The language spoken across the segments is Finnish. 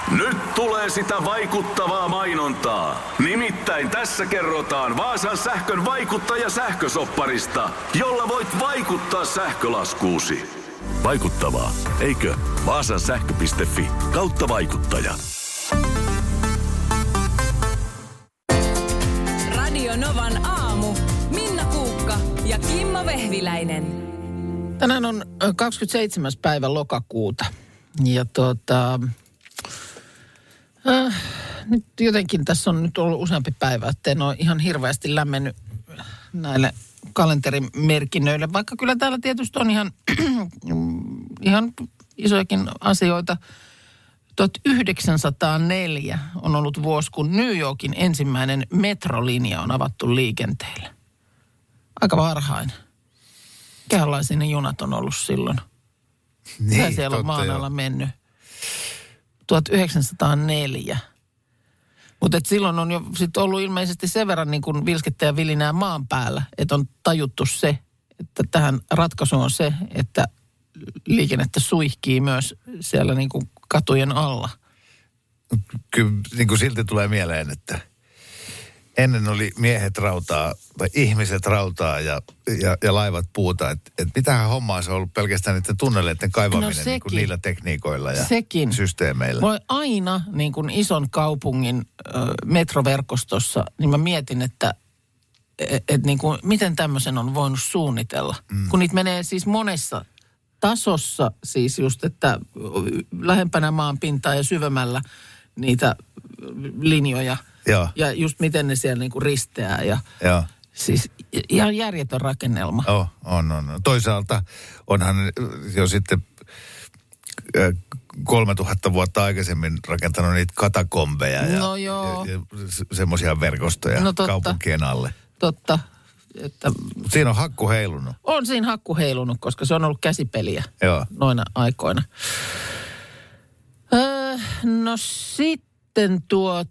Nyt tulee sitä vaikuttavaa mainontaa. Nimittäin tässä kerrotaan Vaasan sähkön vaikuttaja sähkösopparista, jolla voit vaikuttaa sähkölaskuusi. Vaikuttavaa, eikö? Vaasansähkö.fi/vaikuttaja. Radio Novan aamu. Minna Kuukka ja Kimmo Vehviläinen. Tänään on 27. päivä lokakuuta. Ja nyt jotenkin tässä on nyt ollut useampi päivä, että en ole ihan hirveästi lämmennyt näille kalenterimerkinnöille. Vaikka kyllä täällä tietysti on ihan isojakin asioita. 1904 on ollut vuosi, kun New Yorkin ensimmäinen metrolinja on avattu liikenteelle. Aika varhain. Mikäänlaisia ne junat on ollut silloin? Mitä siellä on maan alla mennyt? 1904. Mutta silloin on jo sit ollut ilmeisesti sen verran niin kuin vilskettä ja vilinää maan päällä, että on tajuttu se, että tähän ratkaisu on se, että liikennettä suihkii myös siellä niin kuin katujen alla. Kyllä niin kuin silti tulee mieleen, että ennen oli miehet rautaa tai ihmiset rautaa ja laivat puuta. Että mitähän hommaa se on ollut pelkästään niiden tunneleiden kaivaminen niin kuin niillä tekniikoilla ja systeemeillä. Voi aina niin kuin ison kaupungin metroverkostossa, niin mä mietin, että niin kuin, miten tämmöisen on voinut suunnitella. Kun niitä menee siis monessa tasossa, siis just, että lähempänä maan pintaa ja syvemmällä niitä linjoja. Joo. Ja just miten ne siellä niinku risteää ja siis ihan järjetön rakennelma. On. Toisaalta onhan jo sitten 3000 vuotta aikaisemmin rakentanut niitä katakombeja ja semmoisia verkostoja kaupunkien alle. Totta. Että siinä on hakku heilunut. On siinä hakku heilunut, koska se on ollut käsipeliä noina aikoina. No sitten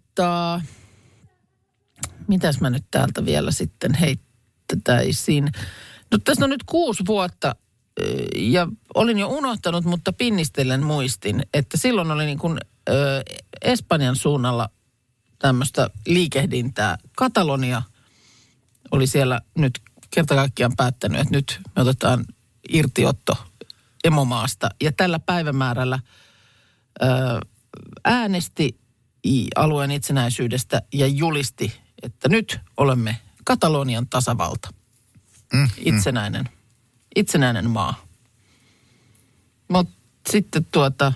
mitäs mä nyt täältä vielä sitten heittäisin? No tässä on nyt 6 vuotta ja olin jo unohtanut, mutta pinnistellen muistin, että silloin oli niin kuin Espanjan suunnalla tämmöistä liikehdintää. Katalonia oli siellä nyt kerta kaikkiaan päättänyt, että nyt me otetaan irtiotto emomaasta. Ja tällä päivämäärällä äänesti alueen itsenäisyydestä ja julisti, että nyt olemme Katalonian tasavalta. Itsenäinen maa. Mutta sitten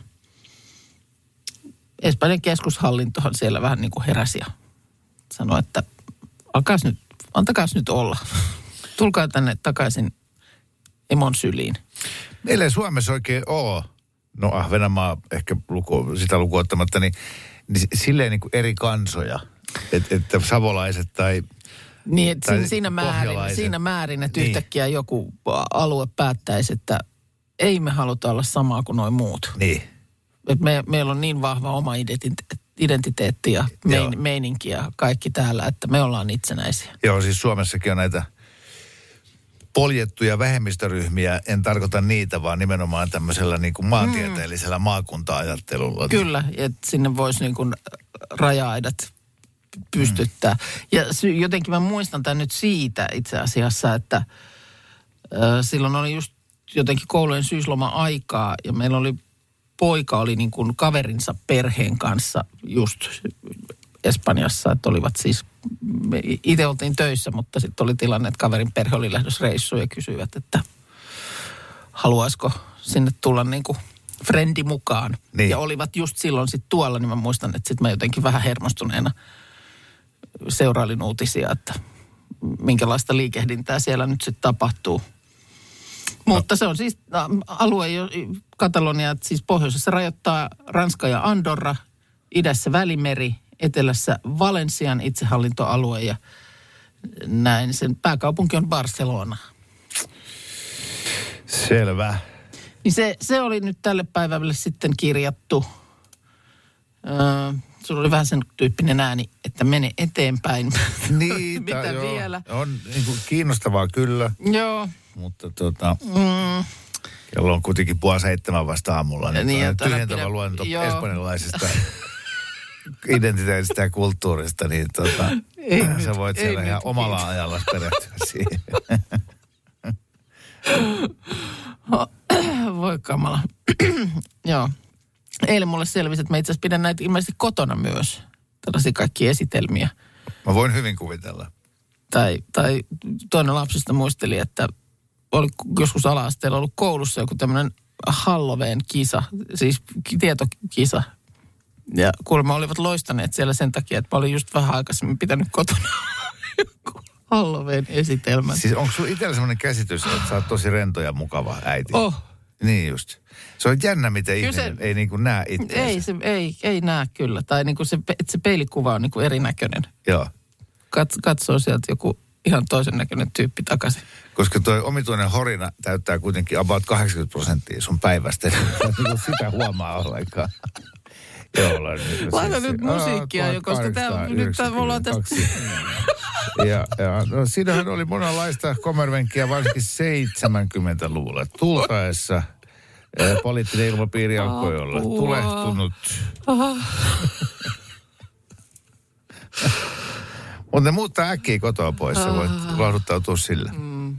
Espanjan keskushallintohan siellä vähän niin kuin heräsi ja sanoi, että antakaas nyt olla. Tulkaa tänne takaisin emon syliin. Meillä ei Suomessa oikein ole, no Ahvenanmaa ehkä sitä lukuun ottamatta, niin silleen niin kuin eri kansoja, että savolaiset tai niin, että siinä määrin, että yhtäkkiä joku alue päättäisi, että ei me haluta olla samaa kuin nuo muut. Niin. Että meillä on niin vahva oma identiteetti ja meininki ja kaikki täällä, että me ollaan itsenäisiä. Joo, siis Suomessakin on näitä poljettuja vähemmistöryhmiä, en tarkoita niitä, vaan nimenomaan tämmöisellä niin kuin maantieteellisellä maakunta-ajattelulla. Kyllä, että sinne voisi niin kuin raja-aidat pystyttää. Ja jotenkin mä muistan tämän nyt siitä itse asiassa, että silloin oli just jotenkin koulujen syysloma-aikaa ja meillä oli poika oli niin kuin kaverinsa perheen kanssa just Espanjassa, että olivat siis, itse oltiin töissä, mutta sitten oli tilanne, että kaverin perhe oli lähdössä reissuun ja kysyivät, että haluaisiko sinne tulla niin kuin frendi mukaan. Niin. Ja olivat just silloin sitten tuolla, niin mä muistan, että sitten mä jotenkin vähän hermostuneena seurailin uutisia, että minkälaista liikehdintää siellä nyt sitten tapahtuu. Mutta se on siis alue, Katalonia, siis pohjoisessa rajoittaa Ranska ja Andorra, idässä Välimeri, etelässä Valensian itsehallintoalue ja näin. Sen pääkaupunki on Barcelona. Selvä. Niin se oli nyt tälle päivälle sitten kirjattu. Sulla oli vähän sen tyyppinen ääni, että mene eteenpäin. Niin, mitä vielä? On niin kuin kiinnostavaa kyllä. Joo. Mutta kello on kuitenkin 6:30 vasta aamulla. Niin tyhjentävä luento espanjalaisista identiteetistä ja kulttuurista, niin sä voit siellä ihan omalla ajalla perehtyä siihen. Voi kamala. Joo. Eilen mulle selvisi, että mä itse asiassa pidän näitä ilmeisesti kotona myös. Tällaisia kaikkia esitelmiä. Mä voin hyvin kuvitella. Tai toinen lapsista muisteli, että oli joskus ala-asteella ollut koulussa joku tämmöinen Halloween-kisa, siis tietokisa. Ja kuulemma olivat loistaneet siellä sen takia, että mä olin just vähän aikaisemmin pitänyt kotona Halloween-esitelmän. Siis onko sulla itsellä semmoinen käsitys, että sä oot tosi rento ja mukava äiti? Oh. Niin just. Se on jännä, miten ihminen ei niinku näe itseänsä. Ei näe kyllä. Tai niinku se peilikuva on niinku erinäköinen. Joo. Katsoo sieltä joku ihan toisen näköinen tyyppi takaisin. Koska toi omituinen horina täyttää kuitenkin about 80% sun päivästä. Niin sitä huomaa ollenkaan. Laita nyt musiikkia, koska tää nyt ollaan tästä... No, siinähän oli monenlaista kommervenkkiä, varsinkin 70-luvulla. Tultaessa poliittinen ilmapiiri alkoi olla tulehtunut. Mutta ne muuttaa äkkiä kotoa pois, sä voit lohduttautua sillä.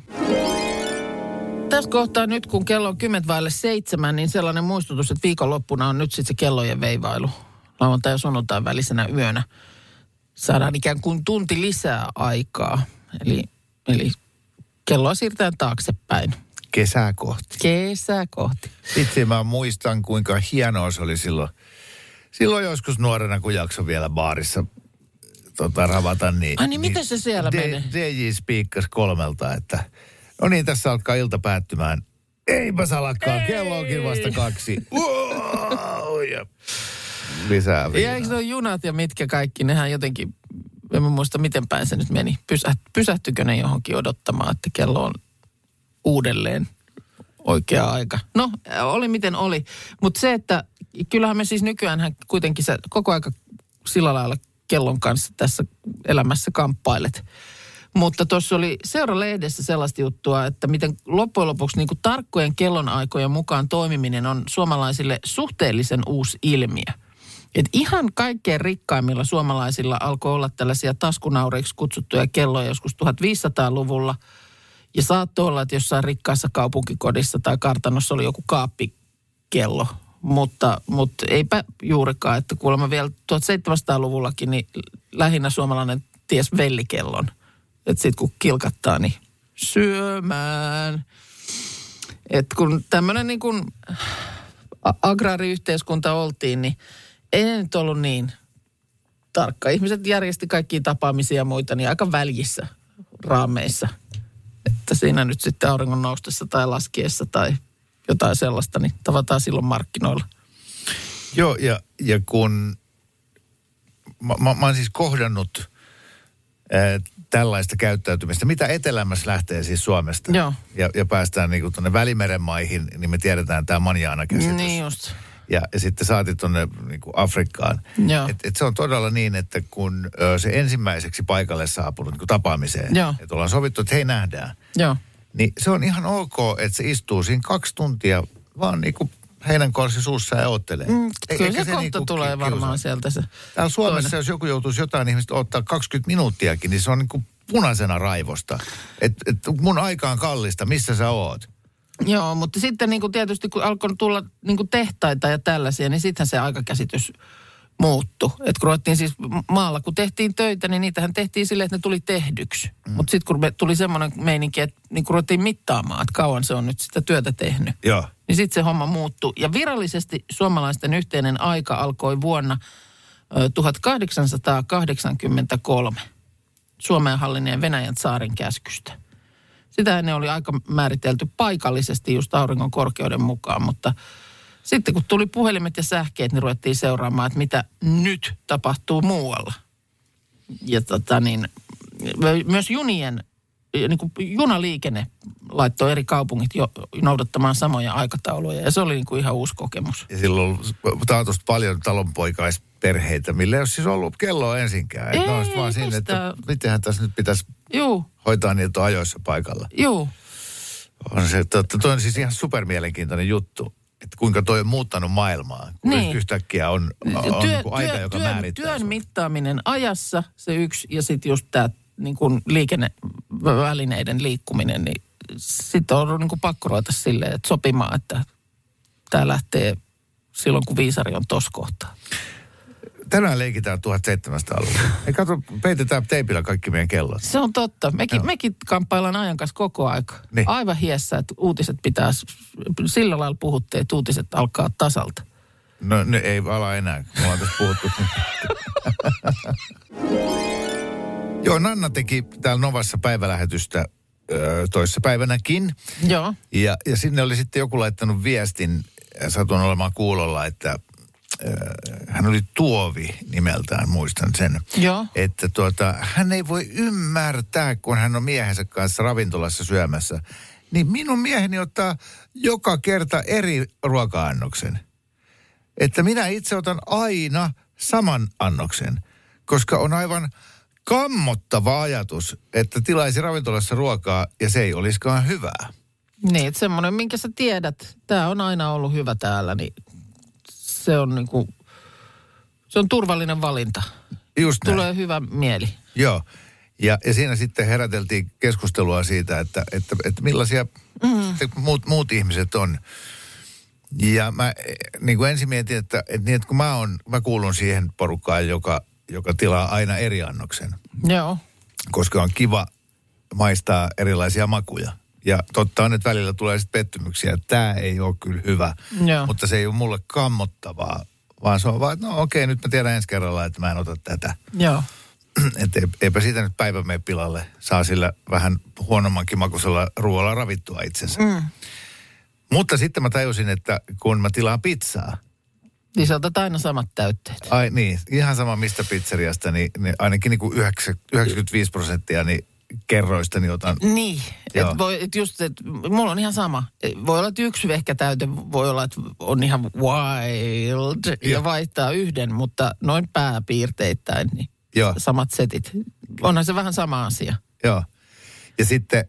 Tässä kohtaa nyt, kun kello on 6:50, niin sellainen muistutus, että viikonloppuna on nyt sitten se kellojen veivailu. Lauantai ja sunnuntain välisenä yönä. Saadaan ikään kuin tunti lisää aikaa. Eli kelloa siirretään taaksepäin. Kesää kohti. Kesää kohti. Itse mä muistan, kuinka hienoa se oli silloin joskus nuorena, kun jakso vielä baarissa ravata. Niin miten se siellä menee? DJ spiikkasi 3, että no niin, tässä alkaa ilta päättymään. Eipä salakaan, kello onkin vasta 2. Wow, ja lisää viinaa. Ja eikö ne ole junat ja mitkä kaikki, nehän jotenkin, en muista miten päin se nyt meni. Pysähtykö ne johonkin odottamaan, että kello on uudelleen oikea aika. No, oli miten oli. Mutta se, että kyllähän me siis nykyäänhän kuitenkin sä koko aika sillä lailla kellon kanssa tässä elämässä kamppailet. Mutta tuossa oli Seura-lehdessä sellaista juttua, että miten loppujen lopuksi niin kuin tarkkojen kellonaikojen mukaan toimiminen on suomalaisille suhteellisen uusi ilmiö. Et ihan kaikkein rikkaimmilla suomalaisilla alkoi olla tällaisia taskunaureiksi kutsuttuja kelloja joskus 1500-luvulla. Ja saattoi olla, että jossain rikkaassa kaupunkikodissa tai kartanossa oli joku kaappikello. Mutta eipä juurikaan, että kuulemma vielä 1700-luvullakin niin lähinnä suomalainen ties vellikellon. Että sitten kun kilkattaa, niin syömään. Että kun tämmöinen niin kuin agraariyhteiskunta oltiin, niin ei nyt ollut niin tarkka. Ihmiset järjesti kaikkia tapaamisia ja muita niin aika väljissä raameissa. Että siinä nyt sitten auringon noustessa tai laskiessa tai jotain sellaista, niin tavataan silloin markkinoilla. Joo, ja kun mä oon siis kohdannut tällaista käyttäytymistä, mitä etelämässä lähtee siis Suomesta. Joo. Ja päästään niinku tuonne Välimeren maihin, niin me tiedetään tämä manjaana-käsitys. Niin just. Ja sitten saatiin tuonne niinku Afrikkaan. Joo. Et se on todella niin, että kun se ensimmäiseksi paikalle saapunut niinku tapaamiseen, että ollaan sovittu, että hei nähdään. Joo. Niin se on ihan ok, että se istuu siinä 2 tuntia vaan niinku heinänkorsi suussa ja oottelee. Kyllä se kohta niinku tulee varmaan sieltä se. Täällä Suomessa, toinen. Jos joku joutuisi jotain ihmistä ottaa 20 minuuttiakin, niin se on niinku punaisena raivosta. Et mun aika on kallista, missä sä oot? Joo, mutta sitten niinku tietysti kun alkoi tulla niinku tehtaita ja tällaisia, niin sittenhän se aikakäsitys muuttui. Että kun ruvettiin siis maalla, kun tehtiin töitä, niin niitähän tehtiin silleen, että ne tuli tehdyksi. Mutta sitten kun tuli semmoinen meininki, että niin kun ruvettiin mittaamaan, että kauan se on nyt sitä työtä tehnyt. Joo. Niin sitten se homma muuttui. Ja virallisesti suomalaisten yhteinen aika alkoi vuonna 1883 Suomeen hallinneen Venäjän tsaarin käskystä. Sitä ennen oli aika määritelty paikallisesti just auringon korkeuden mukaan, mutta sitten kun tuli puhelimet ja sähkeet, niin ruvettiin seuraamaan, että mitä nyt tapahtuu muualla. Ja myös junien, niin kuin junaliikenne laittoi eri kaupungit jo noudattamaan samoja aikatauluja. Ja se oli niin kuin ihan uusi kokemus. Ja silloin taatusti paljon talonpoikaisperheitä, millä ei ole siis ollut kelloa ensinkään. Ei, no, vaan siinä, että mitenhän tässä nyt pitäisi hoitaa niitä ajoissa paikalla. Joo. On se, toi on siis ihan supermielenkiintoinen juttu. että kuinka toi on muuttanut maailmaa. Kun yhtäkkiä on niin kuin aika, joka määrittää työn sun. mittaaminen ajassa, se yksi, ja sitten just tämä niin kuin liikennevälineiden liikkuminen, niin sitten on niin kuin pakko ruveta silleen, että sopimaan, että tämä lähtee silloin, kun viisari on tossa kohtaa. Tänään leikitään 1700-luvulla. Ei kato, peitetään teipillä kaikki meidän kellot. Se on totta. Mekin kamppaillaan ajan kanssa koko aika. Niin. Aivan hiessä, että uutiset pitää, sillä lailla puhuttiin, että uutiset alkaa tasalta. No ne ei ala enää, me ollaan tässä puhuttu. Joo, Nanna teki täällä Novassa päivälähetystä toissa päivänäkin. Joo. Ja sinne oli sitten joku laittanut viestin, satun olemaan kuulolla, että hän oli Tuovi nimeltään, muistan sen. Joo. Että hän ei voi ymmärtää, kun hän on miehensä kanssa ravintolassa syömässä, niin minun mieheni ottaa joka kerta eri ruoka-annoksen. Että minä itse otan aina saman annoksen, koska on aivan kammottava ajatus, että tilaisi ravintolassa ruokaa ja se ei olisikaan hyvää. Niin, että semmoinen, minkä sä tiedät, tämä on aina ollut hyvä täällä, niin se on niinku, se on turvallinen valinta. Just näin. Tulee hyvä mieli. Joo. Ja siinä sitten heräteltiin keskustelua siitä, että millaisia muut ihmiset on. Ja mä niin kuin ensin mietin, että kun mä kuulun siihen porukkaan, joka tilaa aina eri annoksen. Joo. Koska on kiva maistaa erilaisia makuja. Ja totta on, että välillä tulee sitten pettymyksiä, että tämä ei ole kyllä hyvä. Joo. Mutta se ei ole mulle kammottavaa, vaan se on vaan, että no okei, nyt mä tiedän ensi kerralla, että mä en ota tätä. Joo. Että eipä siitä nyt päivä mene pilalle. Saa sillä vähän huonommankin makuisella ruoalla ravittua itsensä. Mutta sitten mä tajusin, että kun mä tilaan pizzaa. Niin sä otat aina samat täytteet. Ai niin, ihan sama mistä pizzeriasta, niin ainakin niin kuin 95% niin kerroista niin otan. Niin, että just, että mulla on ihan sama. Voi olla, että yksi vehkätäyte, voi olla, että on ihan wild ja vaihtaa yhden, mutta noin pääpiirteittäin, niin samat setit. Onhan se vähän sama asia. Joo. Ja sitten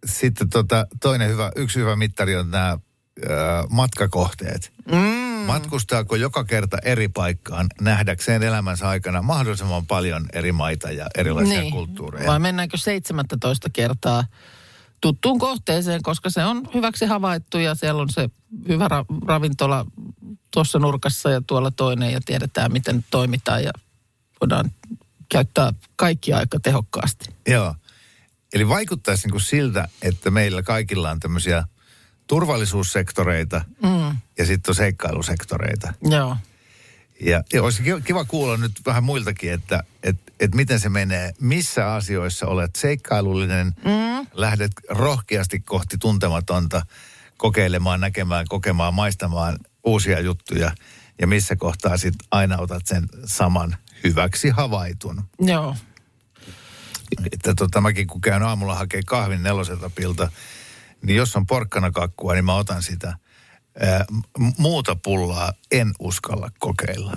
yksi hyvä mittari on nämä matkakohteet. Matkustaako joka kerta eri paikkaan nähdäkseen elämänsä aikana mahdollisimman paljon eri maita ja erilaisia kulttuureja? Vai mennäänkö 17 kertaa tuttuun kohteeseen, koska se on hyväksi havaittu ja siellä on se hyvä ravintola tuossa nurkassa ja tuolla toinen ja tiedetään miten toimitaan ja voidaan käyttää kaikki aika tehokkaasti. Joo. Eli vaikuttaisi niin kuin siltä, että meillä kaikilla on tämmöisiä turvallisuussektoreita ja sitten on seikkailusektoreita. Joo. Ja olisi kiva kuulla nyt vähän muiltakin, että miten se menee. Missä asioissa olet seikkailullinen, lähdet rohkeasti kohti tuntematonta, kokeilemaan, näkemään, kokemaan, maistamaan uusia juttuja. Ja missä kohtaa sitten aina otat sen saman hyväksi havaitun. Joo. Että mäkin kun käyn aamulla hakee kahvin 4-pilta, niin jos on porkkanakakkua, niin mä otan sitä. Muuta pullaa en uskalla kokeilla.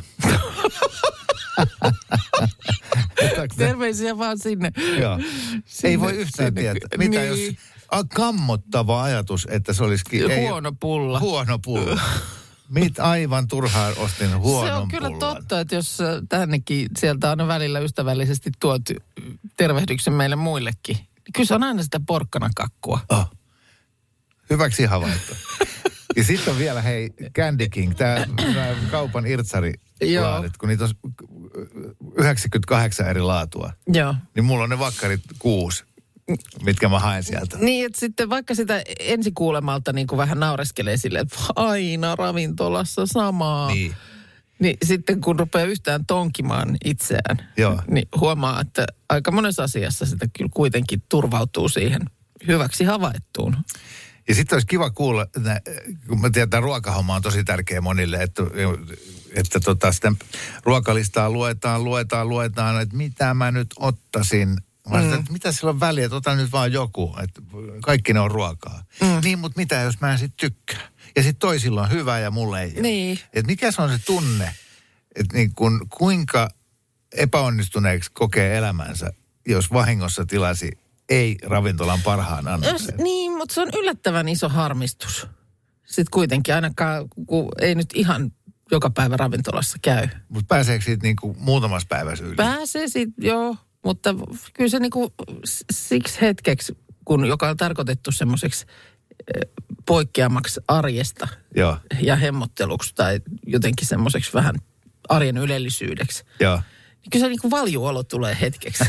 Terveisiä vaan sinne. Joo. Ei voi yhtään tietää. Mitä jos kammottava ajatus, että se olisikin huono pulla. Huono pulla. Aivan turhaan ostin huonon pullan. Se on kyllä totta, että jos tännekin sieltä on välillä ystävällisesti tuotu tervehdyksen meille muillekin. Kyllä se on aina sitä porkkanakakkua. Hyväksi havaittu. Ja sitten on vielä, Candy King, tämä kaupan irtsari-laadet, kun niitä on 98 eri laatua. Joo. Niin mulla on ne vakkarit 6, mitkä mä haen sieltä. Niin, että sitten vaikka sitä ensikuulemalta niin kuin vähän naureskelee silleen, että aina ravintolassa samaa. Niin sitten kun rupeaa yhtään tonkimaan itseään, niin huomaa, että aika monessa asiassa sitä kyllä kuitenkin turvautuu siihen hyväksi havaittuun. Ja sitten olisi kiva kuulla, kun mä tiedän, että ruokahomma on tosi tärkeä monille, että sitä ruokalistaa luetaan, että mitä mä nyt ottaisin. Mä sanoin, että mitä sillä on väliä, että otan nyt vaan joku, että kaikki ne on ruokaa. Niin, mutta mitä jos mä en sitten tykkää? Ja sitten toisilla on hyvä ja mulle ei. Niin. Että mikä se on se tunne, että niin kuinka epäonnistuneeksi kokee elämänsä, jos vahingossa tilasi ei ravintolan parhaan annoksen. Niin, mutta se on yllättävän iso harmistus. Sitten kuitenkin ainakaan, kun ei nyt ihan joka päivä ravintolassa käy. Mutta pääseekö siitä niinku muutamassa päivässä yli? Pääsee sitten, joo. Mutta kyllä se niinku siksi hetkeksi, joka on tarkoitettu semmoiseksi poikkeamaksi arjesta Joo. ja hemmotteluksi tai jotenkin semmoiseksi vähän arjen ylellisyydeksi. Joo. Niin kyllä se niinku valjuolo tulee hetkeksi.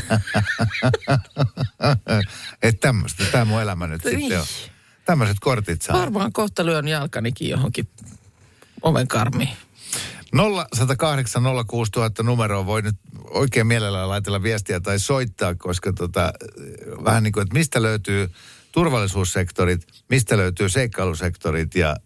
Että tämmöistä, tämä mun elämä nyt sitten on. Tämmöiset kortit saa. Varmaan kohta lyön jalkanikin johonkin oven karmiin. 0108 06000 numeroa voi nyt oikein mielellään laitella viestiä tai soittaa, koska vähän niin kuin, että mistä löytyy turvallisuussektorit, mistä löytyy seikkailusektorit ja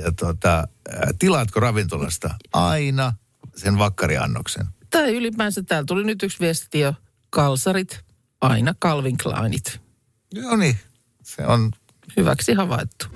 tilaatko ravintolasta aina sen vakkariannoksen? Tai ylipäänsä täällä tuli nyt yksi viesti jo, kalsarit, aina Calvin Kleinit. Joo niin, se on. Hyväksi havaittu.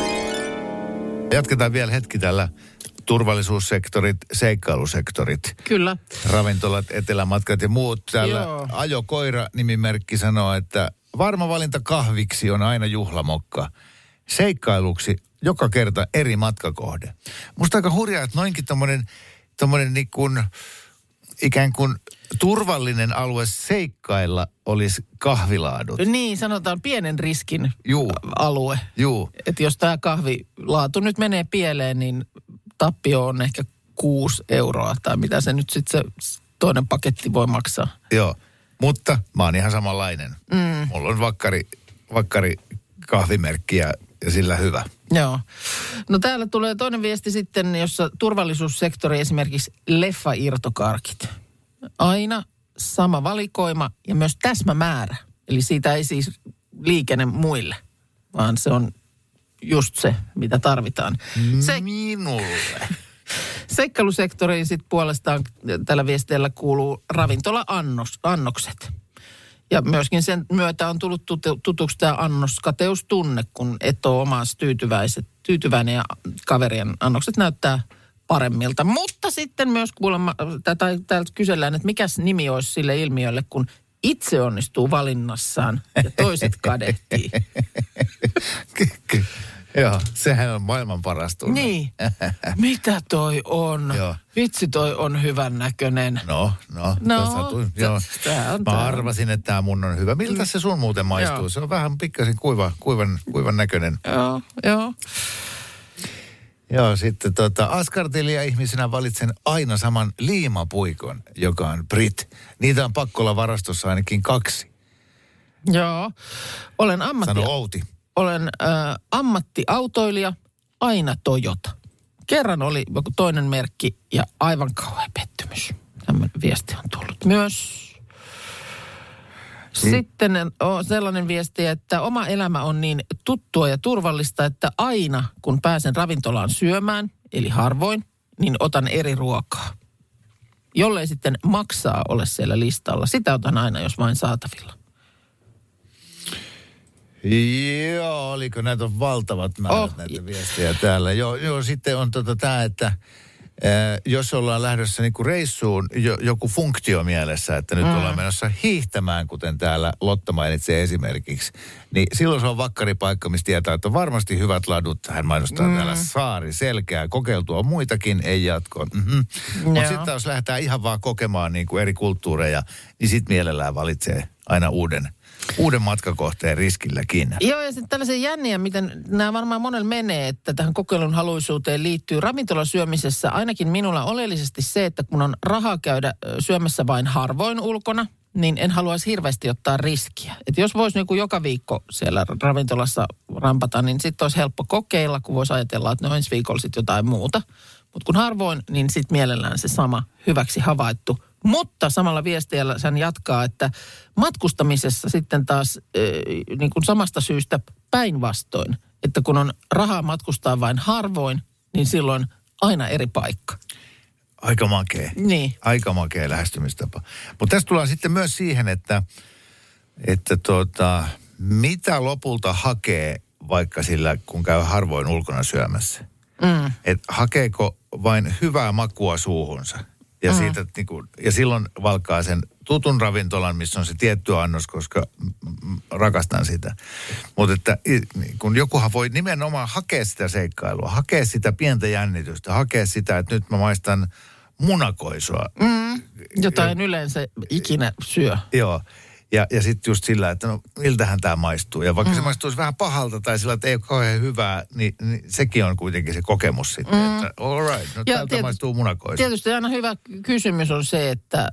Jatketaan vielä hetki tällä turvallisuussektorit, seikkailusektorit. Kyllä. Ravintolat, etelämatkat ja muut. Täällä Joo. Ajokoira-nimimerkki sanoo, että varma valinta kahviksi on aina juhlamokka. Seikkailuksi joka kerta eri matkakohde. Musta aika hurjaa, että noinkin tommonen niin kuin ikään kuin turvallinen alue seikkailla olisi kahvilaadut. Niin, sanotaan pienen riskin Juu. alue. Juu. Että jos tämä kahvilaatu nyt menee pieleen, niin tappio on ehkä 6 euroa. Tai mitä se nyt sitten se toinen paketti voi maksaa. Joo, mutta mä oon ihan samanlainen. Mulla on vakkari kahvimerkki ja sillä hyvä. Joo. No täällä tulee toinen viesti sitten, jossa turvallisuussektori esimerkiksi leffairtokarkit. Aina sama valikoima ja myös täsmämäärä. Eli siitä ei siis liikene muille, vaan se on just se, mitä tarvitaan. Minulle. Seikkailusektoriin sitten puolestaan tällä viesteellä kuuluu ravintola-annokset. Ja myöskin sen myötä on tullut tutuksi tämä annoskateustunne, kun et ole omassa tyytyväinen ja kaverien annokset näyttää paremmilta. Mutta sitten myös kuulemma, täältä kysellään, että mikäs nimi olisi sille ilmiölle, kun itse onnistuu valinnassaan ja toiset kadehtii. Joo, sehän on maailman paras tunne. Niin. Mitä toi on? Joo. Vitsi, toi on hyvän näköinen. No, joo. Mä arvasin, että tämä mun on hyvä. Miltä se sun muuten maistuu? Joo. Se on vähän pikkasen kuivan näköinen. Joo. Joo, sitten askartelija-ihmisenä valitsen aina saman liimapuikon, joka on Brit. Niitä on pakko olla varastossa ainakin 2. Joo. Sano Outi. Olen ammattiautoilija, aina Toyota. Kerran oli joku toinen merkki ja aivan kauhea pettymys. Tämmöinen viesti on tullut myös. Sitten on sellainen viesti, että oma elämä on niin tuttua ja turvallista, että aina kun pääsen ravintolaan syömään, eli harvoin, niin otan eri ruokaa. Jollei sitten maksaa ole siellä listalla. Sitä otan aina, jos vain saatavilla. Joo, oliko näitä on valtavat määrät näitä viestejä täällä. Joo, sitten on tämä, että jos ollaan lähdössä niinku reissuun joku funktio mielessä, että nyt ollaan menossa hiihtämään, kuten täällä Lotta mainitsee esimerkiksi, niin silloin se on vakkaripaikka, missä tietää, että on varmasti hyvät ladut. Hän mainostaa täällä Saari, Selkää, kokeiltua muitakin, ei jatkoon. Mutta sitten jos lähdetään ihan vaan kokemaan niinku eri kulttuureja, niin sitten mielellään valitsee aina uuden matkakohteen riskilläkin. Joo, ja sitten tällaisen jänniä, miten nämä varmaan monella menee, että tähän kokeilun haluisuuteen liittyy ravintolasyömisessä ainakin minulla oleellisesti se, että kun on rahaa käydä syömässä vain harvoin ulkona, niin en haluaisi hirveästi ottaa riskiä. Että jos voisi niin joka viikko siellä ravintolassa rampata, niin sitten olisi helppo kokeilla, kun voisi ajatella, että no ensi viikolla sitten jotain muuta. Mutta kun harvoin, niin sitten mielellään se sama hyväksi havaittu. Mutta samalla viestiällä sen jatkaa, että matkustamisessa sitten taas niin kuin samasta syystä päinvastoin. Että kun on rahaa matkustaa vain harvoin, niin silloin aina eri paikka. Aika makea. Niin. Aika makea lähestymistapa. Mutta tässä tullaan sitten myös siihen, että mitä lopulta hakee vaikka sillä, kun käy harvoin ulkona syömässä. Että hakeeko vain hyvää makua suuhunsa? Ja, siitä, niin kuin, ja silloin valkaa sen tutun ravintolan, missä on se tietty annos, koska rakastan sitä. Mutta että kun jokuhan voi nimenomaan hakea sitä seikkailua, hakea sitä pientä jännitystä, hakea sitä, että nyt mä maistan munakoisoa. Jota en yleensä ikinä syö. Joo. Ja sitten just sillä, että no miltähän tämä maistuu. Ja vaikka se maistuisi vähän pahalta tai sillä, että ei ole kauhean hyvää, niin sekin on kuitenkin se kokemus sitten. Että all right, no täältä maistuu munakoiso. Tietysti aina hyvä kysymys on se, että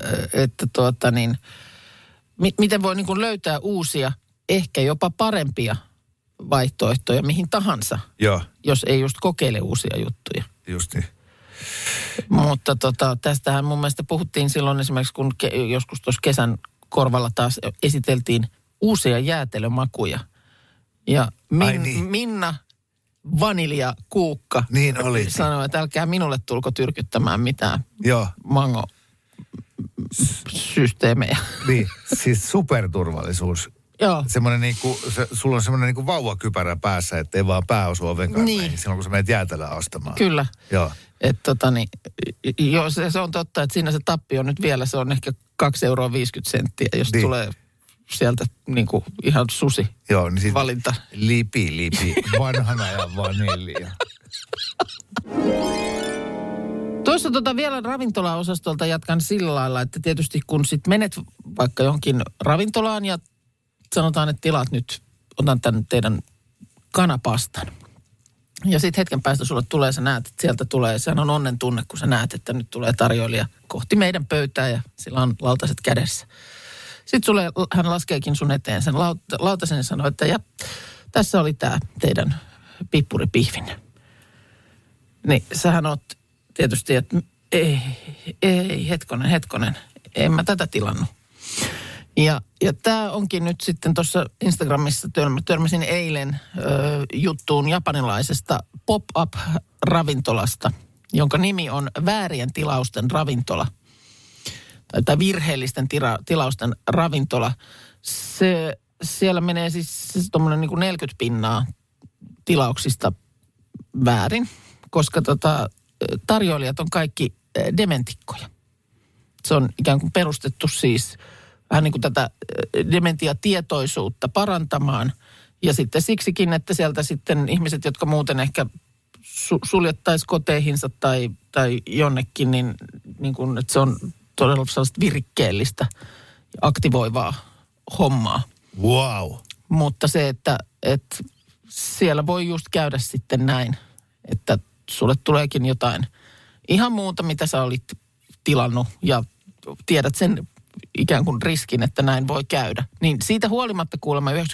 miten voi niin kuin löytää uusia, ehkä jopa parempia vaihtoehtoja mihin tahansa. Joo. Jos ei just kokeile uusia juttuja. Just niin. Mutta tästähän mun mielestä puhuttiin silloin esimerkiksi, kun joskus tuossa kesän korvalla taas esiteltiin uusia jäätelömakuja. Ja Minna Vanilja Kuukka niin oli. sanoi, että älkää minulle tulko tyrkyttämään mitään mango-systeemejä. Niin, siis superturvallisuus. Joo. Semmoinen niinku, sulla on semmoinen niinku vauvakypärä päässä, ettei vaan pää osu ovenkarmeihin niin. Silloin, kun sä menet jäätelöä ostamaan. Kyllä. Joo. Että joo, se on totta, että siinä se tappio nyt vielä, se on ehkä 2,50 €, jos niin. Tulee sieltä niinku ihan susi joo, niin valinta. Lipi, vanhana ja vanilja. Tuossa vielä ravintolaosastolta jatkan sillä lailla, että tietysti kun sit menet vaikka johonkin ravintolaan ja sanotaan, että tilaat nyt, otan tämän teidän kanapastan. Ja sitten hetken päästä sulle tulee, sä näet, että sieltä tulee, sehän on onnen tunne, kun sä näet, että nyt tulee tarjoilija kohti meidän pöytää ja sillä on lautaset kädessä. Sitten hän laskeekin sun eteen sen lautasen ja sanoo, että ja tässä oli tämä teidän pippuripihvinne. Niin sähän oot tietysti, että ei, hetkonen, en mä tätä tilannut. Ja tämä onkin nyt sitten tuossa Instagramissa törmäsin eilen juttuun japanilaisesta pop-up-ravintolasta, jonka nimi on Väärien tilausten ravintola. Tai virheellisten tilausten ravintola. Siellä menee siis tuommoinen niin kuin 40% tilauksista väärin, koska tarjoilijat on kaikki dementikkoja. Se on ikään kuin perustettu siis vähän niin kuin tätä dementiatietoisuutta parantamaan. Ja sitten siksikin, että sieltä sitten ihmiset, jotka muuten ehkä suljettaisiin koteihinsa tai jonnekin, niin kuin, että se on todella sellaista virikkeellistä ja aktivoivaa hommaa. Wow. Mutta se, että siellä voi just käydä sitten näin, että sulle tuleekin jotain ihan muuta, mitä sä olit tilannut ja tiedät sen ikään kuin riskin, että näin voi käydä. Niin siitä huolimatta kuulemma 99%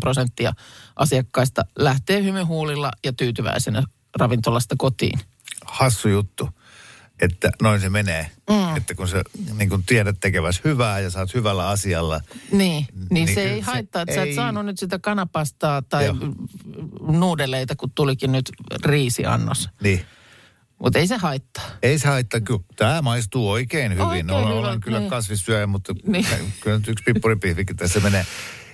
asiakkaista lähtee hymyhuulilla ja tyytyväisenä ravintolasta kotiin. Hassu juttu, että noin se menee. Että kun sä niin kun tiedät tekeväsi hyvää ja saat hyvällä asialla. Niin se ei haittaa, että sä et saanut nyt sitä kanapastaa tai nuudeleita, kun tulikin nyt riisiannos. Niin. Mutta ei se haittaa. Ei se haittaa, kyllä tämä maistuu oikein hyvin. Olen kyllä niin. Kasvissyöjä, mutta niin. Kyllä nyt yksi pippuripihvikin tässä menee.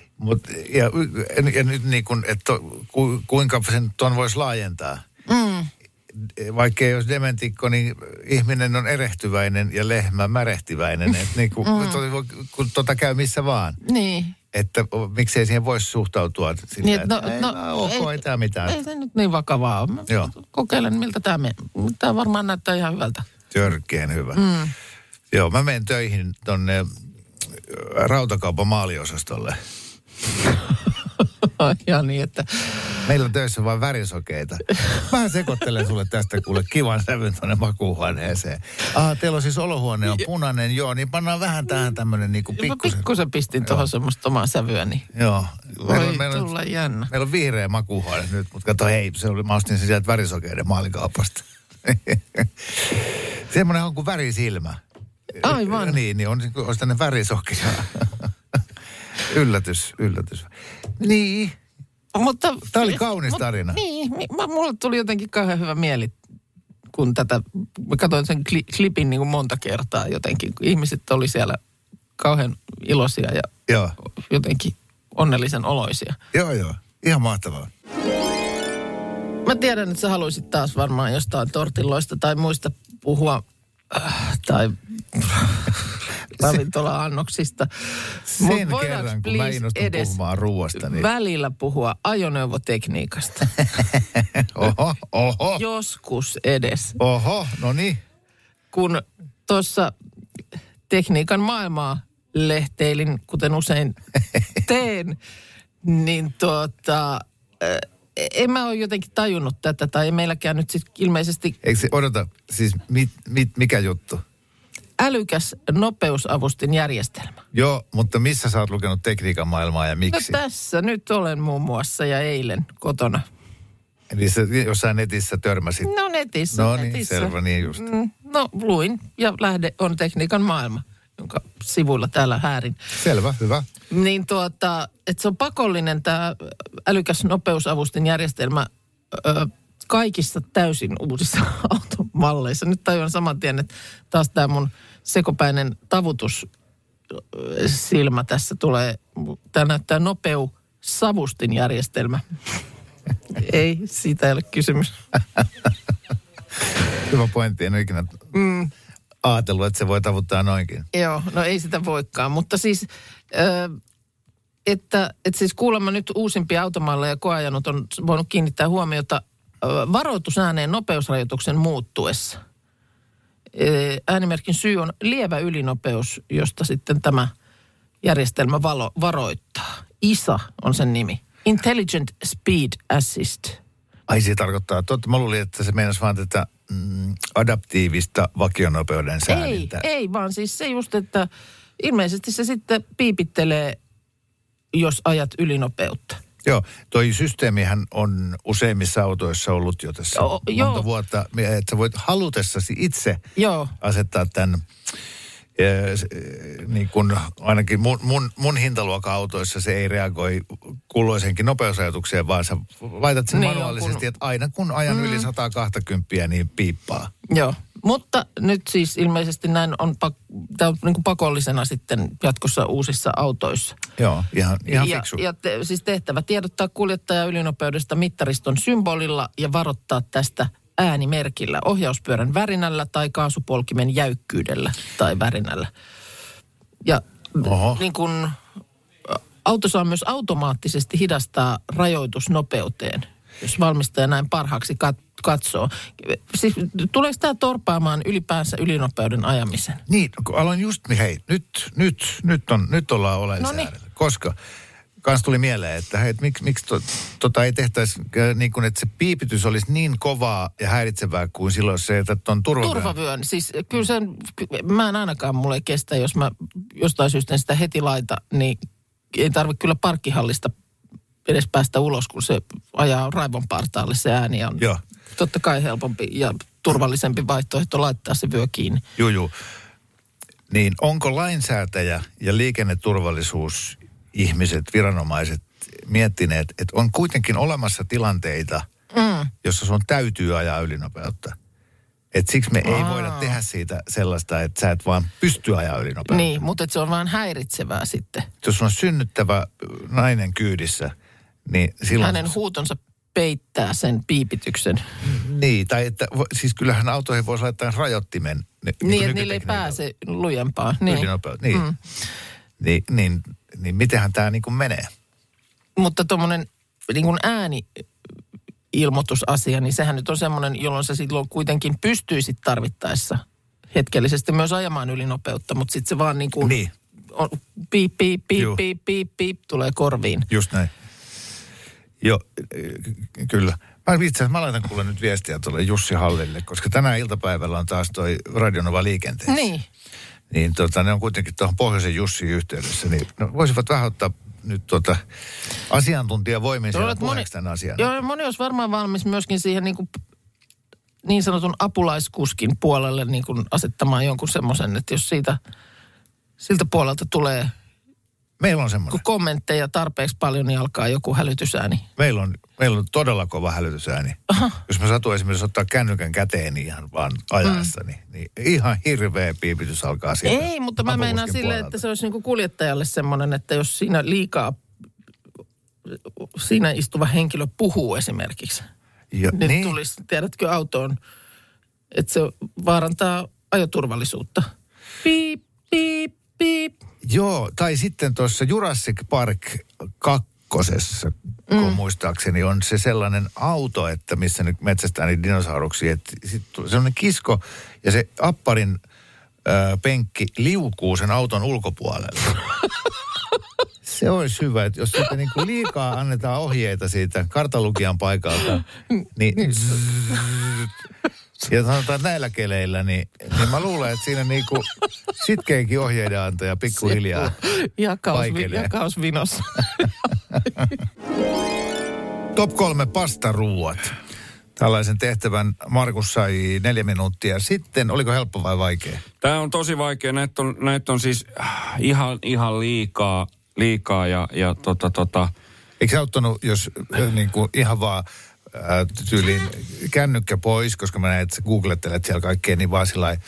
Ja nyt niin kuin, että kuinka sen ton voisi laajentaa. Vaikka ei olisi dementikko, niin ihminen on erehtyväinen ja lehmä märehtiväinen. Että niin kuin, kun käy missä vaan. Niin. Että miksei siihen voisi suhtautua sillä, niin, ei tämä mitään. Ei se nyt niin vakavaa ole. Kokeilen, miltä tämä menee. Tämä varmaan näyttää ihan hyvältä. Törkeän hyvä. Joo, mä menen töihin tonne Rautakaupan maaliosastolle. Ja niin, että meillä on töissä vain värisokeita. Mä sekoittelen sulle tästä kuule kivan sävyn tuonne makuuhuoneeseen. Teillä on siis olohuone on punainen, joo, niin pannaan vähän tähän tämmönen niinku pikkusen. Pikkusen pistin tuohon semmoista omaa sävyä, niin joo. Voi tulla jännä. Meillä on vihreä makuuhuone nyt, mutta kato hei, mä ostin sen sieltä värisokeiden maalikaupasta. Semmoinen on kuin värisilmä. Aivan. Niin on tänne värisokea. Yllätys. Niin. Mutta tämä oli kaunis tarina. Niin, mulle tuli jotenkin kauhean hyvä mieli, kun mä katsoin sen klipin niin kuin monta kertaa jotenkin. Ihmiset oli siellä kauhean iloisia ja jotenkin onnellisen oloisia. Joo. Ihan mahtavaa. Mä tiedän, että sä haluaisit taas varmaan jostain tortilloista tai muista puhua. tai ravintola-annoksista. Sen kerran, kun mä innostun puhumaan ruuasta. Niin välillä puhua ajoneuvotekniikasta. Oho. Joskus edes. Oho, no niin. Kun tuossa tekniikan maailmaa lehteilin, kuten usein teen, niin en mä ole jotenkin tajunnut tätä, tai ei meilläkään nyt sitten ilmeisesti... Eikö se, odota, siis mikä juttu? Älykäs nopeusavustinjärjestelmä. Joo, mutta missä sä oot lukenut tekniikan maailmaa ja miksi? No tässä nyt olen muun muassa ja eilen kotona. Eli sä jossain netissä törmäsit? No netissä. No niin, selvä, niin just. No luin ja lähde on tekniikan maailma, jonka sivuilla täällä häärin. Selvä, hyvä. Niin että se on pakollinen tämä älykäs nopeusavustinjärjestelmä kaikissa täysin uusissa automalleissa. Nyt tajuan saman tien, että taas tämä mun sekopäinen tavutussilmä tässä tulee. Tämä näyttää nopeusavustinjärjestelmä. Ei, siitä ei ole kysymys. Hyvä pointti, en ole ikinä ajatellut, että se voi tavuttaa noinkin. Joo, no ei sitä voikaan, mutta siis... Että siis kuulemma nyt uusimpia automalleja koeajanut on voinut kiinnittää huomiota varoitusääneen nopeusrajoituksen muuttuessa. Äänimerkin syy on lievä ylinopeus, josta sitten tämä järjestelmä varoittaa. ISA on sen nimi. Intelligent Speed Assist. Ai se tarkoittaa, mä luulin, että se meinasi vaan tätä adaptiivista vakionopeuden säädintä. Ei, vaan siis se just, että ilmeisesti se sitten piipittelee, jos ajat ylinopeutta. Joo, toi systeemihän on useimmissa autoissa ollut jo tässä monta vuotta, että sä voit halutessasi itse asettaa tämän, niin kuin ainakin mun hintaluokan autoissa se ei reagoi kulloisenkin nopeusajatukseen, vaan sä laitat sen manuaalisesti, että aina kun ajan yli 120, niin piippaa. Joo. Mutta nyt siis ilmeisesti näin on, tämä on niin kuin pakollisena sitten jatkossa uusissa autoissa. Joo, ihan fiksu. Ja siis tehtävä tiedottaa kuljettaja ylinopeudesta mittariston symbolilla ja varoittaa tästä äänimerkillä, ohjauspyörän värinällä tai kaasupolkimen jäykkyydellä tai värinällä. Ja niin kuin auto saa myös automaattisesti hidastaa rajoitusnopeuteen, jos valmistaja näin parhaaksi katsoo. Siis, tuleeko tämä torpaamaan ylipäänsä ylinopeuden ajamisen? Niin, kun aloin just, hei, nyt ollaan oleellisesti äärellä. Koska kans tuli mieleen, että hei, miksi ei tehtäisi niin kuin, että se piipitys olisi niin kovaa ja häiritsevää kuin silloin se, että on turvavyön. Siis kyllä mä en ainakaan mulle kestä, jos mä jostain syystä sitä heti laita, niin ei tarvitse kyllä parkkihallista edes päästä ulos, kun se ajaa raivon partaalle se ääni on. Joo. Totta kai helpompi ja turvallisempi vaihtoehto laittaa se vyö kiinni. Juu. Niin onko lainsäätäjä ja liikenneturvallisuus ihmiset, viranomaiset miettineet, että on kuitenkin olemassa tilanteita, jossa sun täytyy ajaa ylinopeutta. Että siksi me ei voida tehdä siitä sellaista, että sä et vaan pysty ajaa ylinopeutta. Niin, mutta se on vaan häiritsevää sitten. Jos on synnyttävä nainen kyydissä, niin silloin... Hänen huutonsa peittää sen piipityksen. Niin, tai että siis kyllähän autoihin voisi laittaa rajoittimen. Niin, että niille ei pääse lujempaa. Niin, mitenhän tämä niin kuin menee? Mutta tuommoinen niin kuin ääni-ilmoitusasia, niin sehän nyt on semmoinen, jolloin sä silloin kuitenkin pystyisit tarvittaessa hetkellisesti myös ajamaan ylinopeutta, mutta sitten se vaan niin kuin on piip, tulee korviin. Just näin. Joo, kyllä. Mä laitan kuule nyt viestiä tuolle Jussi Hallille, koska tänään iltapäivällä on taas toi Radionova liikenteessä. Niin. Niin ne on kuitenkin tuohon Pohjoisen Jussin yhteydessä, niin voisivat vähän ottaa nyt asiantuntijavoimin siellä puheeksi tämän asian. Joo, moni olisi varmaan valmis myöskin siihen niin sanotun apulaiskuskin puolelle niin kuin asettamaan jonkun semmoisen, että jos siltä puolelta tulee meillä on semmoinen. Kun kommentteja tarpeeksi paljon, niin alkaa joku hälytysääni. Meillä on todella kova hälytysääni. Aha. Jos mä satun esimerkiksi ottaa kännykän käteen niin ihan vaan ajaessa, niin ihan hirveä piipitys alkaa sieltä. Ei, mutta mä meinaan silleen, että se olisi niin kuin kuljettajalle semmoinen, että jos siinä liikaa, siinä istuva henkilö puhuu esimerkiksi. Niin tulisi, tiedätkö, autoon, että se vaarantaa ajoturvallisuutta. Piip, piip, piip. Joo, tai sitten tuossa Jurassic Park 2, kun muistaakseni on se sellainen auto, että missä nyt metsästään niitä dinosauruksia. Että sitten tulee sellainen kisko ja se apparin penkki liukuu sen auton ulkopuolelle. Se olisi hyvä, että jos siitä niin kuin liikaa annetaan ohjeita siitä kartalukijan paikalta, niin ja sanotaan näillä keleillä, niin mä luulen, että siinä niin kuin sitkeäkin ohjeiden antaja pikkuhiljaa jakaus vinossa. Top 3 pastaruuat. Tällaisen tehtävän Markus sai 4 minuuttia sitten. Oliko helppo vai vaikea? Tämä on tosi vaikea. Näitä on siis ihan liikaa ja Eikö se auttanut, jos niin kuin ihan vaan tyyliin kännykkä pois, koska mä näen, että sä googlettelet siellä kaikkea, niin vaan sillai...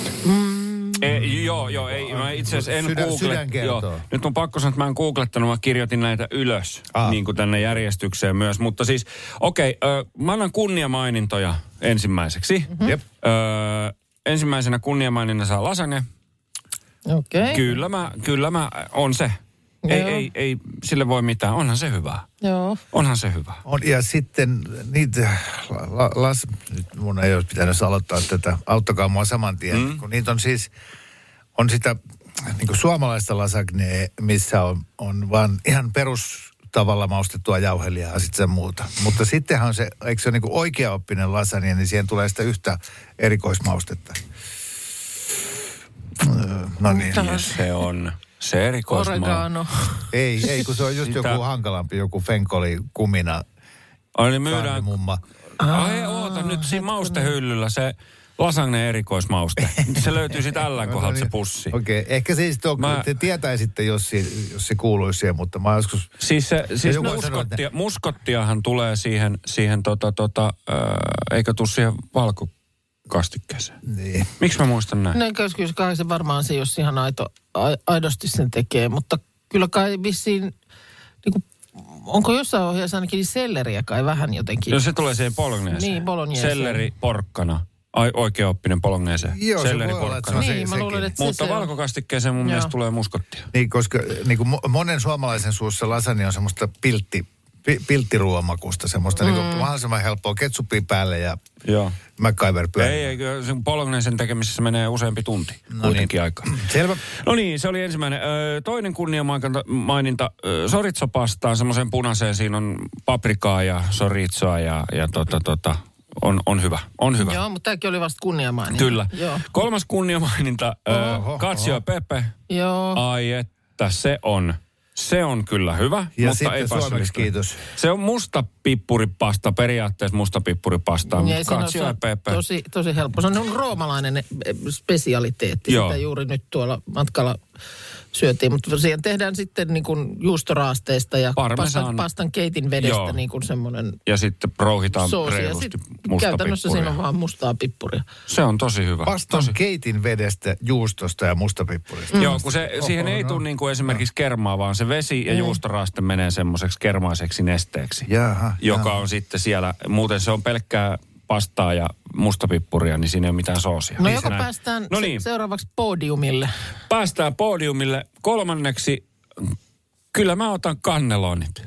Joo, ei. Mä itse asiassa en sydän kertoo. Nyt on pakko sanoa, että mä en googlettanut, mä kirjoitin näitä ylös, niin kuin tänne järjestykseen myös. Mutta siis, mä annan kunniamainintoja ensimmäiseksi. Jep. Ensimmäisenä kunniamainina saa lasagne. Okei. Kyllä mä on se. Ei sille voi mitään. Onhan se hyvä. Joo. Onhan se hyvä. Ja sitten niitä, nyt mun ei olisi pitänyt aloittaa tätä, auttakaa mua saman tien, kun niitä on siis, on sitä niin kuin suomalaista lasagnea, missä on vaan ihan perustavalla maustettua jauhelijaa ja sitten se muuta. Mutta sittenhän on se, eikö se ole niin kuin oikeaoppinen lasagne, niin siihen tulee sitä yhtä erikoismaustetta. No niin. Se on... Se Oregano. Ei, kun se on just joku hankalampi, joku fenkoli, kumina, niin myydään... mumma. Oota, nyt siinä maustehyllyllä se lasagne erikoismauste. Se löytyy sitten tällään kohdalta se pussi. Okei, ehkä se siis te tietäisitte, jos se kuuluisi siihen, mutta mä joskus... Siis muskottiahan tulee siihen eikö tule siihen valkokastikkeeseen. Niin. Miksi mä muistan näin? No kyllä se varmaan se, jos ihan aidosti sen tekee, mutta kyllä kai vissiin, niin kuin, onko jossain ohjeessa ainakin selleriä kai vähän jotenkin? No se tulee siihen bologneseen. Niin, bologneseen. Selleri, porkkana. Oikeaoppinen bologneseen. Joo, selleri, se voi olla, että se on niin, mä luulen, että mutta valkokastikkeeseen mun mielestä tulee muskottia. Niin, koska niin kuin monen suomalaisen suussa lasagne on semmoista pilttiruomakusta, semmoista niin kuin mahdollisimman helppoa ketsuppia päälle ja MacGyver pyörii. Ei, sen bolognesen tekemisessä menee useampi tunti kuitenkin aikaa. Selvä. No niin, se oli ensimmäinen. Toinen kunniamaininta, chorizo-pastaan, semmoisen punaiseen, siinä on paprikaa ja chorizoa ja on hyvä, on hyvä. Joo, mutta tämäkin oli vasta kunniamaininta. Kyllä. Joo. Kolmas kunniamaininta, cacio e pepe. Joo. Ai että, se on kyllä hyvä, ja mutta ei suomeksi kiitos. Se on musta pippuripasta, periaatteessa musta pippuripasta, mutta cacio e pepe. Tosi helppo. Se on roomalainen spesialiteetti. Joo. Sitä juuri nyt tuolla matkalla syötiin, mutta siihen tehdään sitten niin kuin juustoraasteista ja pastan keitin vedestä niin kuin semmoinen ja sitten rouhitaan soosi. reilusti musta käytännössä pippuria. Siinä on vaan mustaa pippuria. Se on tosi hyvä. Pastan keitin vedestä, juustosta ja mustapippurista. Joo, kun siihen ei tule niin kuin esimerkiksi kermaa, vaan se vesi ja juustoraaste menee semmoiseksi kermaiseksi nesteeksi. Joka on sitten siellä, muuten se on pelkkää pastaa ja mustapippuria, niin siinä ei ole mitään soosia. No joko päästään seuraavaksi podiumille? Päästään podiumille. Kolmanneksi, kyllä mä otan kannelonit.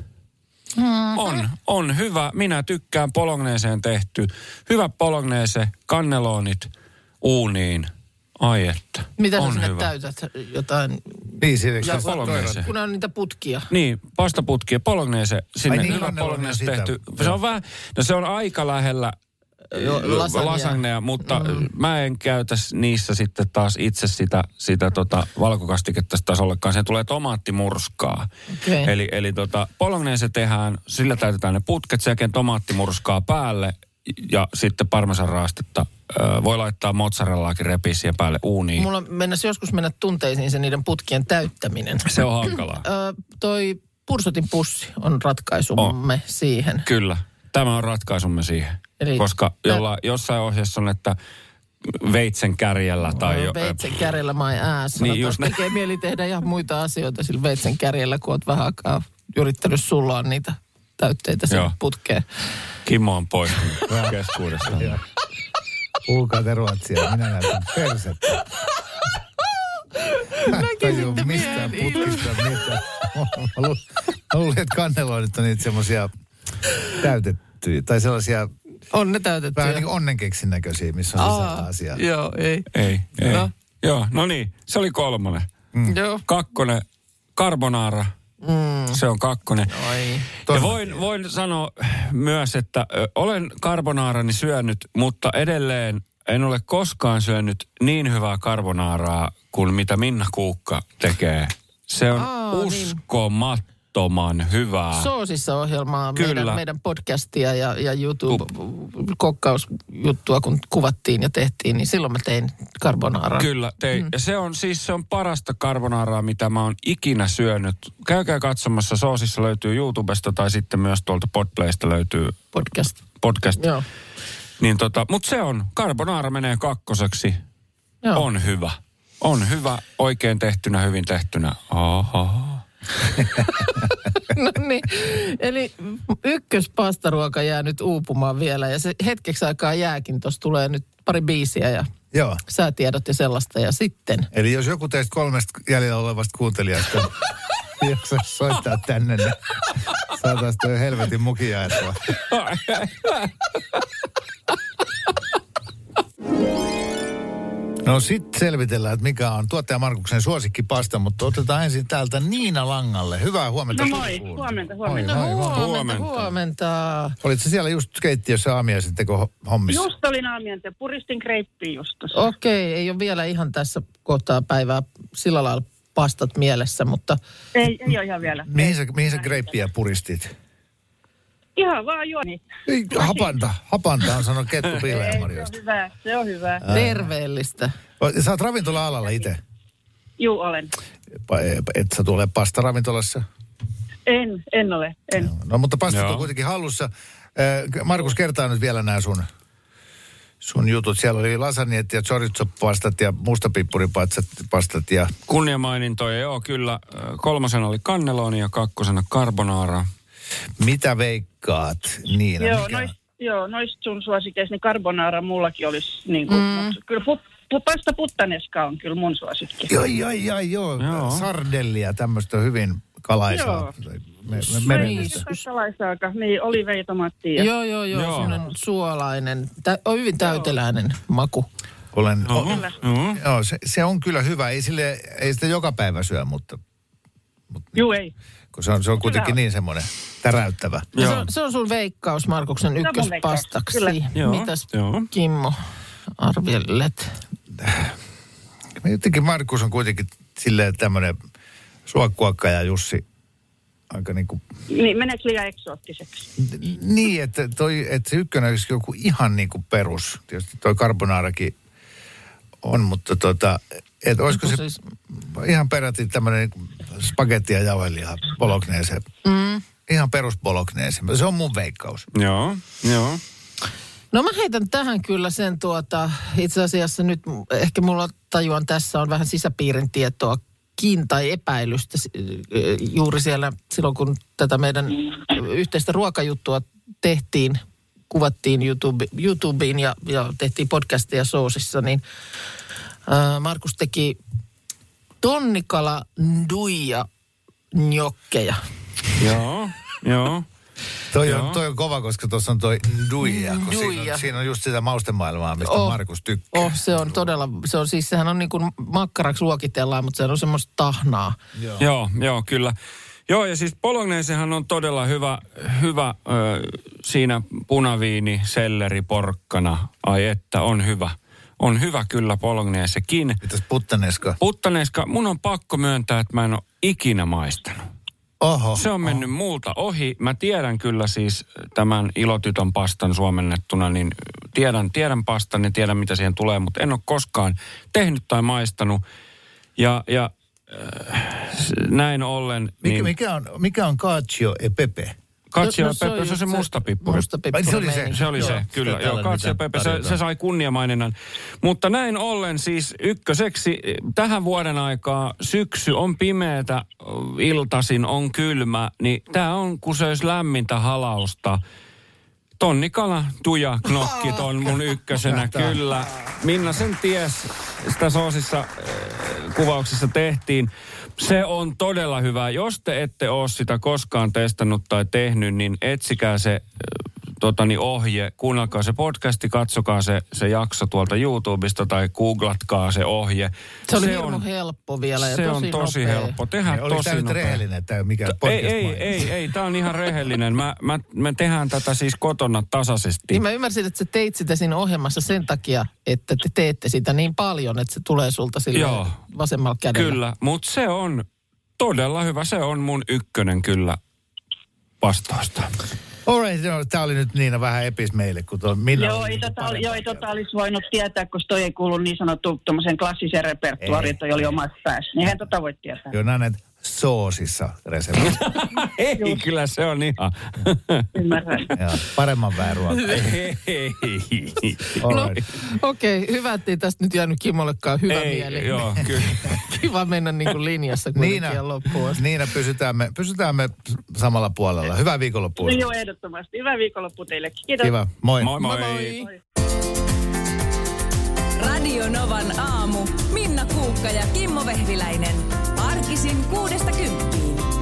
On hyvä. Minä tykkään bologneseen tehty. Hyvä bolognese, kannelonit uuniin. Ai että. Mitä sä sinne täytät? Jotain... Niin, siinä bolognese. Kun on niitä putkia. Niin, pastaputkia, bolognese. Sinne niin, hyvä bolognese tehty. Se on vähän, se on aika lähellä lasagnea, mutta mä en käytä niissä sitten taas itse sitä valkokastiketta taas ollenkaan. Sen tulee tomaattimurskaa. Okay. Eli bolognese tehdään, sillä täytetään ne putket, sen jälkeen tomaattimurskaa päälle ja sitten parmesanraastetta. Voi laittaa mozzarellaakin repiä siihen päälle uuniin. Mulla mennäisi joskus mennä tunteisiin se niiden putkien täyttäminen. Se on hankalaa. Toi pursutin pussi on ratkaisumme siihen. Kyllä. Tämä on ratkaisumme siihen. Eli koska jossain ohjeessa on, että veitsen kärjellä tai... veitsen kärjellä my ass. Niin just tekee mieli tehdä ihan muita asioita sillä veitsen kärjellä, kun oot vähän aikaa yrittänyt sulloa niitä täytteitä sen putkeen. Kimmo on poistunut keskuudesta. Kuukauden ruotsia, minä näytän persettä. Mä tajun mistään putkista mitään. Mä luulin, että kanneloidut on niitä semmosia täytettyjä, tai sellaisia... On ne täytettyjä. Vähän niin kuin onnenkeksin näköisiä, missä on sisällä asiaa. Joo, ei. Ei. No. Joo, no niin, se oli 3. Joo. 2, carbonara. Se on 2. Oi. Ja voin sanoa myös, että olen carbonarani syönyt, mutta edelleen en ole koskaan syönyt niin hyvää carbonaraa kuin mitä Minna Kuukka tekee. Se on uskomattoman hyvää. Soosissa ohjelmaa, Kyllä. meidän podcastia ja YouTube-kokkausjuttua, kun kuvattiin ja tehtiin, niin silloin mä tein carbonaraa. Kyllä, tein. Ja se on parasta carbonaraa, mitä mä oon ikinä syönyt. Käykää katsomassa, Soosissa löytyy YouTubesta tai sitten myös tuolta Podplaysta löytyy podcast. Joo. Niin mutta se on, carbonara menee 2. Joo. On hyvä, oikein tehtynä, hyvin tehtynä. No niin, eli ykköspastaruoka jää nyt uupumaan vielä ja se hetkeksi aikaa jääkin. Tuossa tulee nyt pari biisiä ja säätiedot ja sellaista ja sitten. Eli jos joku teistä 3 jäljellä olevasta kuuntelijasta jaksaisi soittaa tänne, niin saataisiin toi helvetin muki jaettua. No sitten selvitellään, että mikä on tuottaja Markuksen suosikkipasta, mutta otetaan ensin täältä Niina Langalle. Hyvää huomenta. No moi, huomenta. Huomenta. Olitko siellä just keittiössä aamiaisen teko hommissa? Just olin aamiaisen, puristin kreippiä just tuossa. Okei, ei ole vielä ihan tässä kohtaa päivää sillä lailla pastat mielessä, mutta... Ei ole ihan vielä. Mihin sä kreippiä puristit? Ihan vaan juoni. Hapanta on sanonut Kettu Pihlajänmarjoista. Se on hyvä. Terveellistä. Sä oot ravintola-alalla itse? Juu, olen. Et sä tule pastaravintolassa? En ole. No mutta pastat on kuitenkin hallussa. Markus, kertaa nyt vielä nämä sun jutut. Siellä oli lasagnet ja chorizo-pastat ja mustapippuripastat ja... Kunniamainintoja, joo, kyllä. 3 oli cannelloni ja 2 carbonara. Mitä veikkaat, Niina? Noista sun suosikeissa, niin carbonara mullakin olisi niin kuin, kyllä pasta puttaneska on kyllä mun suosikki. Joo. Sardellia, tämmöistä hyvin kalaisaa. Kalaisaaka, niin oliveitomaattia. Joo. Sellainen suolainen, on hyvin täyteläinen maku. Se on kyllä hyvä. Ei sitä joka päivä syö, mutta Juu, ei. Kun se on kuitenkin niin semmoinen täräyttävä. Se on sun veikkaus Markuksen ykköspastaksi. Mitäs Kimmo arvelet? Jotenkin Markus on kuitenkin silleen tämmöinen suokkuakka ja Jussi aika niinku... Niin, meneekö liian eksoottiseksi? Niin, että se ykkönen olisi joku ihan niinku perus. Tietysti toi carbonarakin on, mutta että olisiko se siis... ihan peräti tämmöinen spagetti ja jauheliha bolognese. Ihan perus bolognese. Se on mun veikkaus. Joo. No mä heitän tähän kyllä sen itse asiassa nyt ehkä mulla tajuan tässä on vähän sisäpiirin tietoakin tai epäilystä juuri siellä silloin kun tätä meidän yhteistä ruokajuttua tehtiin, kuvattiin YouTubeen ja tehtiin podcastia Soosissa, niin Markus teki tonnikala nduja njokkeja. Joo. Toi on kova, koska tuossa on toi nduja, kun siinä on just sitä maustemaailmaa, mistä Markus tykkää. Sehän on niin kuin makkaraksi luokitellaan, mutta se on semmoista tahnaa. Joo, kyllä. Joo, ja siis bolognesehan on todella hyvä siinä punaviini, selleri, porkkana. Ai että, on hyvä. On hyvä kyllä bolognesekin. Mitäs puttaneska? Puttaneska, mun on pakko myöntää, että mä en ole ikinä maistanut. Oho. Se on mennyt multa ohi. Mä tiedän kyllä siis tämän Ilotytön pastan suomennettuna, niin tiedän pastan ja tiedän mitä siihen tulee, mutta en ole koskaan tehnyt tai maistanut. Ja näin ollen... Mikä on cacio e pepe? Cacio e pepe, se on se mustapippuri. Se oli se, kyllä. Joo, cacio e pepe, se sai kunniamaininnan. Mutta näin ollen siis ykköseksi tähän vuoden aikaa syksy on pimeätä, iltasin on kylmä, niin tää on kun se olisi lämmintä halausta. Tonnikala, Tuja, Knokkit on mun ykkösenä, kyllä. Minna sen ties, sitä Soosissa kuvauksessa tehtiin. Se on todella hyvä. Jos te ette ole sitä koskaan testannut tai tehnyt, niin etsikää se ohje, kuunnelkaa se podcasti, katsokaa se jakso tuolta YouTubesta tai googlatkaa se ohje. Se oli hirmu helppo vielä ja se on tosi helppo. Tehdään tosi nopea. Oliko tämä nyt rehellinen, tämä mikään podcast? Ei, tämä on ihan rehellinen. Me tehdään tätä siis kotona tasaisesti. Niin mä ymmärsin, että sä teit sitä siinä ohjelmassa sen takia, että te teette sitä niin paljon, että se tulee sulta sille vasemmalla kädellä. Kyllä, mutta se on todella hyvä. Se on mun ykkönen kyllä vastausta. Alright, tämä oli nyt Niina vähän epis meille, kun tuo Minna... Joo, ei olisi voinut tietää, koska toi ei kuulu niin sanottu tuommoisen klassisen repertuaariin, että toi oli omassa päässä. Niin eihän voi tietää. Joo, näin Soosissa resepti. Ei, kyllä se on ihan. Ymmärrän. Joo, paremman vähän ruokaa. No, okei, hyvä, ettei tästä nyt jäänyt Kimmollekaan hyvä mieli. Joo, kyllä. Kiva mennä niin kuin linjassa kuitenkin loppuun. Niina, pysytään me samalla puolella. Hyvää viikonloppua. Joo, ehdottomasti. Hyvää viikonloppua teillekin. Kiitos. Kiva, moi. Moi. Moi. Radio Novan aamu. Minna Kuukka ja Kimmo Vehviläinen. Arkisin 6–10.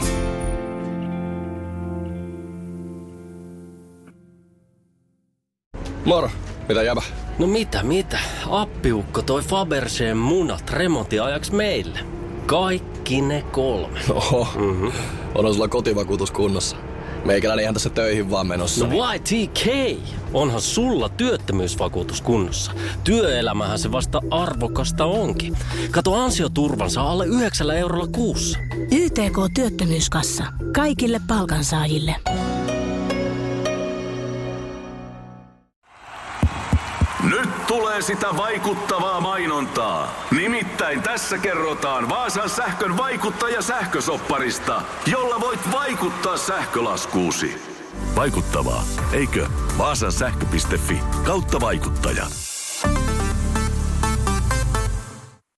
Moro, mitä jäbä? No mitä? Appiukko toi Faberseen munat remontiajaksi meille. Kaikki ne 3. Oho, onhan sulla kotivakuutus kunnossa. Meikäläni ihan tässä töihin vaan menossa. No YTK, onhan sulla työttömyysvakuutus kunnossa. Työelämähän se vasta arvokasta onkin. Kato ansioturvansa alle 9 eurolla kuussa. YTK Työttömyyskassa. Kaikille palkansaajille. Nyt tulee sitä vaikuttavaa mainontaa. Nimittäin tässä kerrotaan Vaasan sähkön vaikuttaja sähkösopparista, jolla voit vaikuttaa sähkölaskuusi. Vaikuttavaa, eikö? Vaasan sähkö.fi/vaikuttaja.